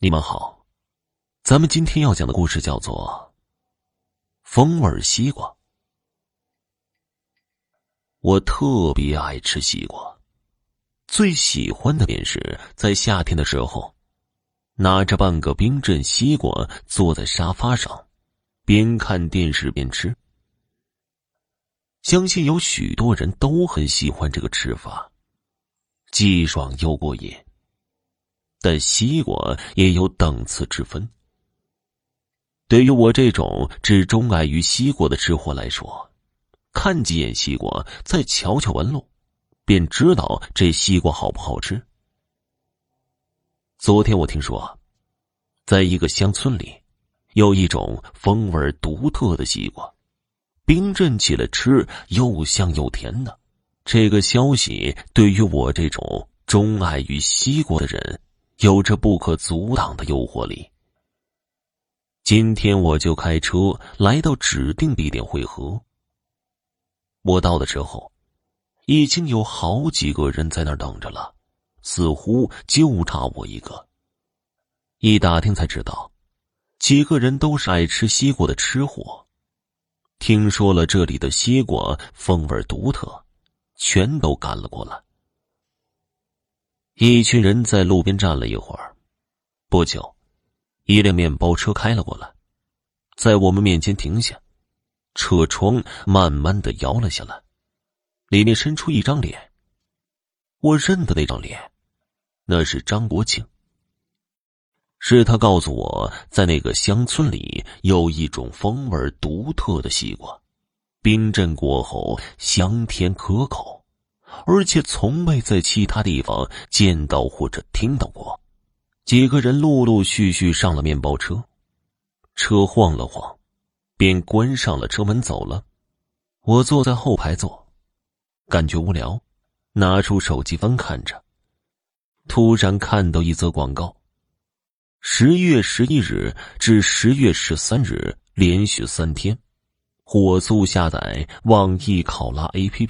你们好，咱们今天要讲的故事叫做风味西瓜。我特别爱吃西瓜，最喜欢的便是在夏天的时候，拿着半个冰镇西瓜坐在沙发上，边看电视边吃。相信有许多人都很喜欢这个吃法，既爽又过瘾。但西瓜也有等次之分。对于我这种只钟爱于西瓜的吃货来说，看几眼西瓜，再瞧瞧纹路，便知道这西瓜好不好吃。昨天我听说，在一个乡村里，有一种风味独特的西瓜，冰镇起来吃又香又甜的。这个消息对于我这种钟爱于西瓜的人，有着不可阻挡的诱惑力。今天我就开车来到指定地点汇合。我到的时候，已经有好几个人在那儿等着了，似乎就差我一个。一打听才知道，几个人都是爱吃西瓜的吃货。听说了这里的西瓜风味独特，全都赶了过来。一群人在路边站了一会儿，不久，一辆面包车开了过来，在我们面前停下，车窗慢慢地摇了下来，里面伸出一张脸。我认得那张脸，那是张国庆。是他告诉我，在那个乡村里有一种风味独特的西瓜，冰镇过后香甜可口，而且从未在其他地方见到或者听到过。几个人陆陆续续上了面包车，车晃了晃，便关上了车门走了。我坐在后排座，感觉无聊，拿出手机翻看着，突然看到一则广告：10月11日至10月13日连续3天，火速下载网易考拉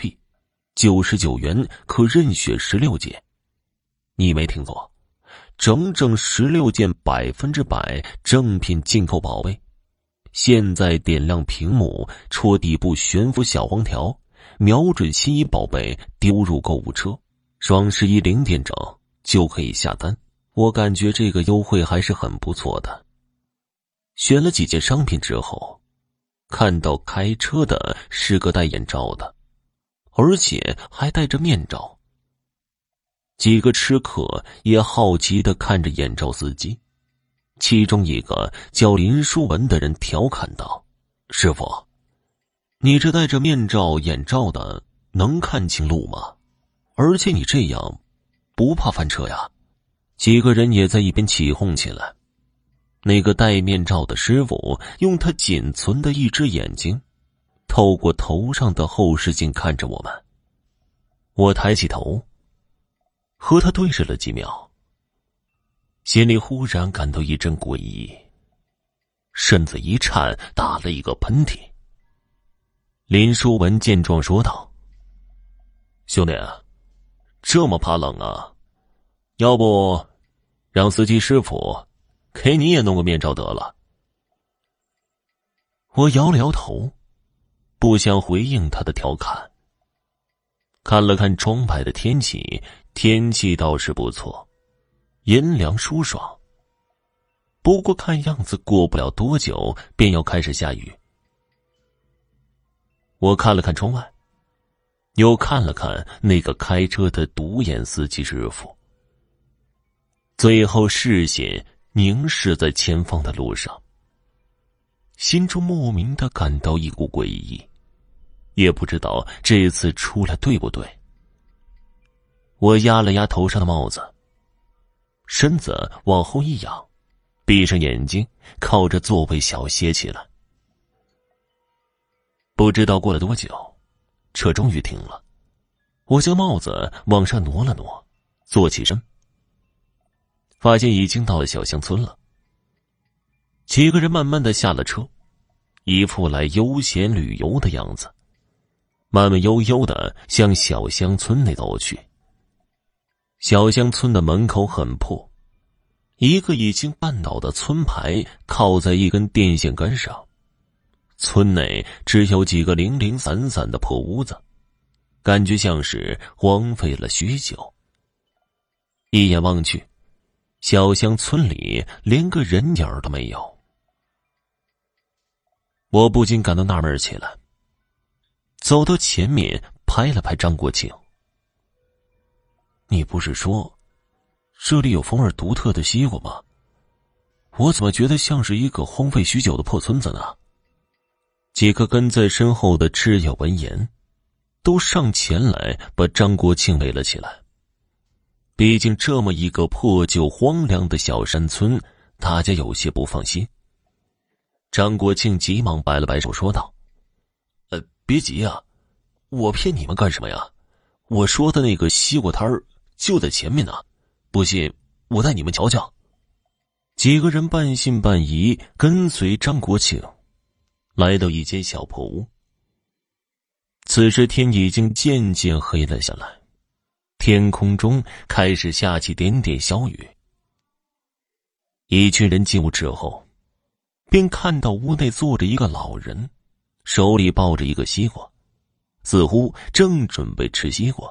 APP，99元可任选16件。你没听错，整整16件100%正品进口宝贝。现在点亮屏幕，戳底部悬浮小黄条，瞄准心仪宝贝丢入购物车，双110点整就可以下单。我感觉这个优惠还是很不错的。选了几件商品之后，看到开车的是个戴眼罩的，而且还戴着面罩。几个吃客也好奇地看着眼罩司机，其中一个叫林书文的人调侃道：“师傅，你这戴着面罩眼罩的能看清路吗？而且你这样不怕翻车呀？”几个人也在一边起哄起来。那个戴面罩的师傅用他仅存的一只眼睛，透过头上的后视镜看着我们。我抬起头，和他对视了几秒，心里忽然感到一阵诡异，身子一颤，打了一个喷嚏。林书文见状说道：“兄弟，这么怕冷啊？要不让司机师傅给你也弄个面罩得了。”我摇了摇头，不想回应他的调侃。看了看窗外的天气，天气倒是不错，阴凉舒爽。不过看样子过不了多久便要开始下雨。我看了看窗外，又看了看那个开车的独眼司机师傅，最后视线凝视在前方的路上，心中莫名地感到一股诡异，也不知道这次出来对不对。我压了压头上的帽子，身子往后一仰，闭上眼睛，靠着座位小歇起来。不知道过了多久，车终于停了。我将帽子往上挪了挪，坐起身，发现已经到了小乡村了。几个人慢慢的下了车，一副来悠闲旅游的样子，慢慢悠悠的向小乡村内走去。小乡村的门口很破， 一个已经半倒的村牌靠在一根电线杆上，村内只有几个零零散散的破屋子，感觉像是荒废了许久。一眼望去，小乡村里连个人影都没有。我不禁感到纳闷起来，走到前面拍了拍张国庆：“你不是说这里有风味独特的西瓜吗？我怎么觉得像是一个荒废许久的破村子呢？”几个跟在身后的挚友闻言都上前来把张国庆围了起来。毕竟这么一个破旧荒凉的小山村，大家有些不放心。张国庆急忙摆了摆手说道：“别急啊，我骗你们干什么呀？我说的那个西瓜摊儿就在前面呢，不信我带你们瞧瞧。”几个人半信半疑跟随张国庆来到一间小破屋。此时天已经渐渐黑了下来，天空中开始下起点点小雨。一群人进屋之后，便看到屋内坐着一个老人，手里抱着一个西瓜，似乎正准备吃西瓜。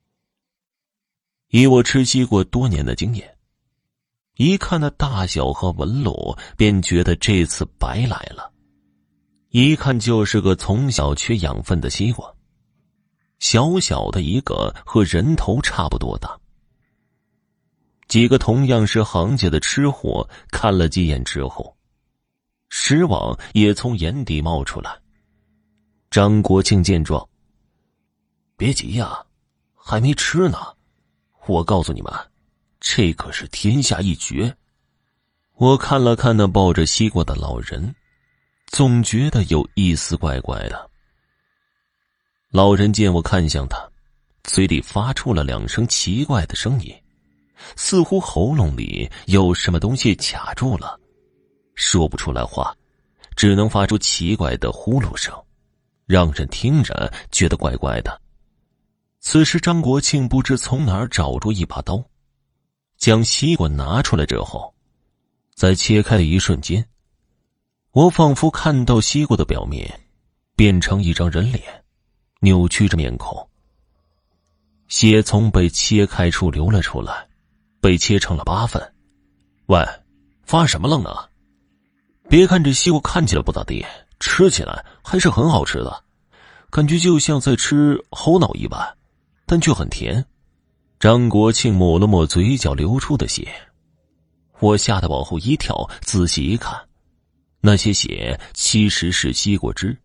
以我吃西瓜多年的经验，一看那大小和纹路，便觉得这次白来了。一看就是个从小缺养分的西瓜，小小的一个，和人头差不多大。几个同样是行家的吃货看了几眼之后，失望也从眼底冒出来。张国庆见状：“别急呀，还没吃呢。我告诉你们，这可是天下一绝。”我看了看那抱着西瓜的老人，总觉得有一丝怪怪的。老人见我看向他，嘴里发出了2声奇怪的声音，似乎喉咙里有什么东西卡住了，说不出来话，只能发出奇怪的呼噜声，让人听着觉得怪怪的。此时张国庆不知从哪儿找出一把刀，将西瓜拿出来之后，在切开的一瞬间，我仿佛看到西瓜的表面变成一张人脸，扭曲着面孔，血从被切开处流了出来，被切成了8份。喂，发什么愣呢？别看这西瓜看起来不咋地，吃起来还是很好吃的，感觉就像在吃猴脑一般，但却很甜。张国庆抹了抹嘴角流出的血，我吓得往后一跳，仔细一看，那些血其实是西瓜汁。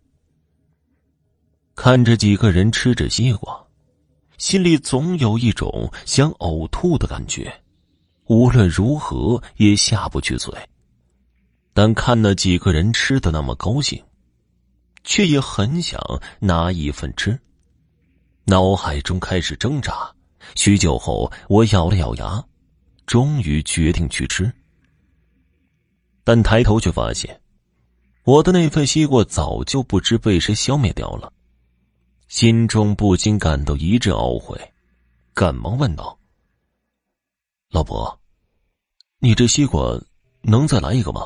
看着几个人吃着西瓜，心里总有一种想呕吐的感觉，无论如何也下不去嘴。但看那几个人吃的那么高兴，却也很想拿一份吃。脑海中开始挣扎，许久后我咬了咬牙，终于决定去吃。但抬头却发现，我的那份西瓜早就不知被谁消灭掉了，心中不禁感到一阵懊悔，赶忙问道：“老伯，你这西瓜能再来一个吗？”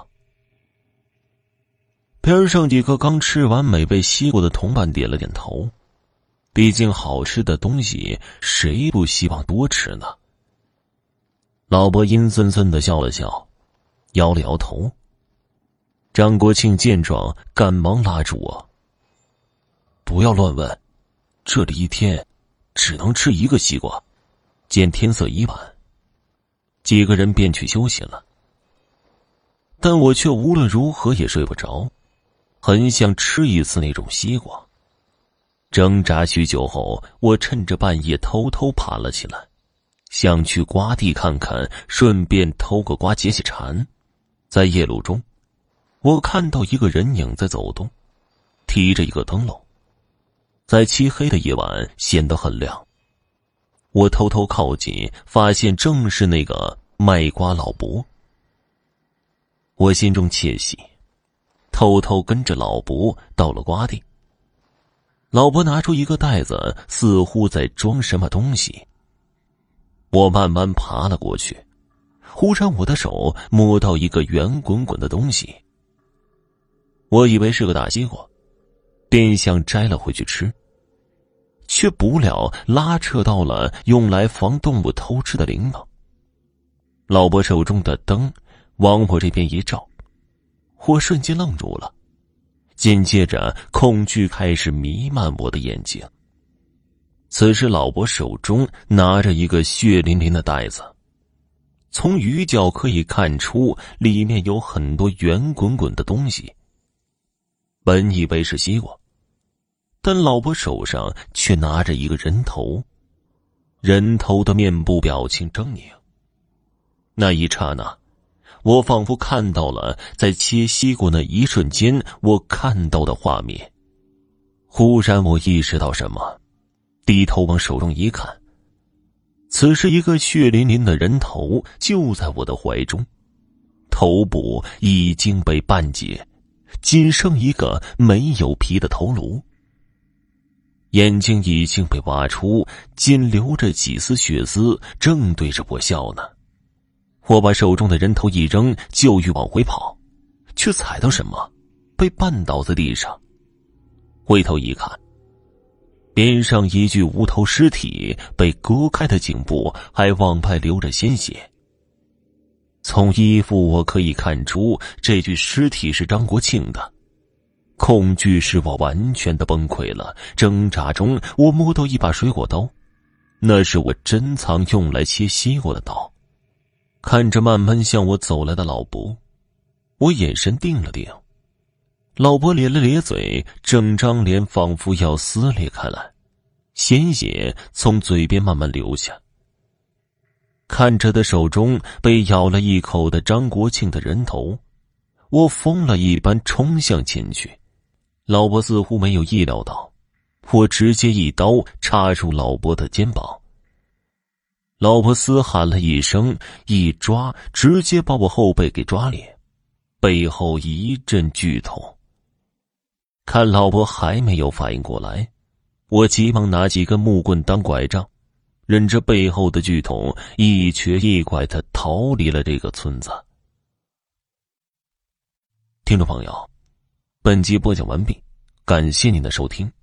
边上几个刚吃完美味西瓜的同伴点了点头，毕竟好吃的东西谁不希望多吃呢？老伯阴森森地笑了笑，摇了摇头。张国庆见状赶忙拉住我：“不要乱问，这里一天只能吃1个西瓜，见天色已晚。”几个人便去休息了，但我却无论如何也睡不着，很想吃一次那种西瓜。挣扎许久后，我趁着半夜偷偷爬了起来，想去瓜地看看，顺便偷个瓜解解馋。在夜路中，我看到一个人影在走动，提着一个灯笼，在漆黑的夜晚显得很亮。我偷偷靠近，发现正是那个卖瓜老伯。我心中窃喜，偷偷跟着老伯到了瓜地。老伯拿出一个袋子，似乎在装什么东西。我慢慢爬了过去， 忽然我的手摸到一个圆滚滚的东西，我以为是个大西瓜，便想摘了回去吃，却不料拉扯到了用来防动物偷吃的铃铛。老伯手中的灯往我这边一照，我瞬间愣住了，紧接着恐惧开始弥漫我的眼睛。此时老伯手中拿着一个血淋淋的袋子，从鱼角可以看出里面有很多圆滚滚的东西。本以为是西瓜，但老伯手上却拿着一个人头，人头的面部表情狰狞。那一刹那，我仿佛看到了在切西瓜那一瞬间我看到的画面。忽然我意识到什么，低头往手中一看，此时一个血淋淋的人头就在我的怀中，头部已经被半截，仅剩一个没有皮的头颅，眼睛已经被挖出，仅留着几丝血丝，正对着我笑呢。我把手中的人头一扔，就欲往回跑，却踩到什么，被绊倒在地上。回头一看，边上一具无头尸体被割开的颈部还往外流着鲜血。从衣服我可以看出，这具尸体是张国庆的。恐惧使我完全的崩溃了，挣扎中我摸到一把水果刀，那是我珍藏用来切西瓜的刀。看着慢慢向我走来的老伯，我眼神定了定。老伯咧了咧嘴，整张脸仿佛要撕裂开来，鲜血从嘴边慢慢流下。看着他手中被咬了一口的张国庆的人头，我疯了一般冲向前去。老伯似乎没有意料到，我直接一刀插入老伯的肩膀。老伯嘶喊了一声，一抓直接把我后背给抓裂，背后一阵剧痛。看老伯还没有反应过来，我急忙拿几根木棍当拐杖，忍着背后的剧痛，一瘸一拐地逃离了这个村子。听众朋友，本集播讲完毕，感谢您的收听。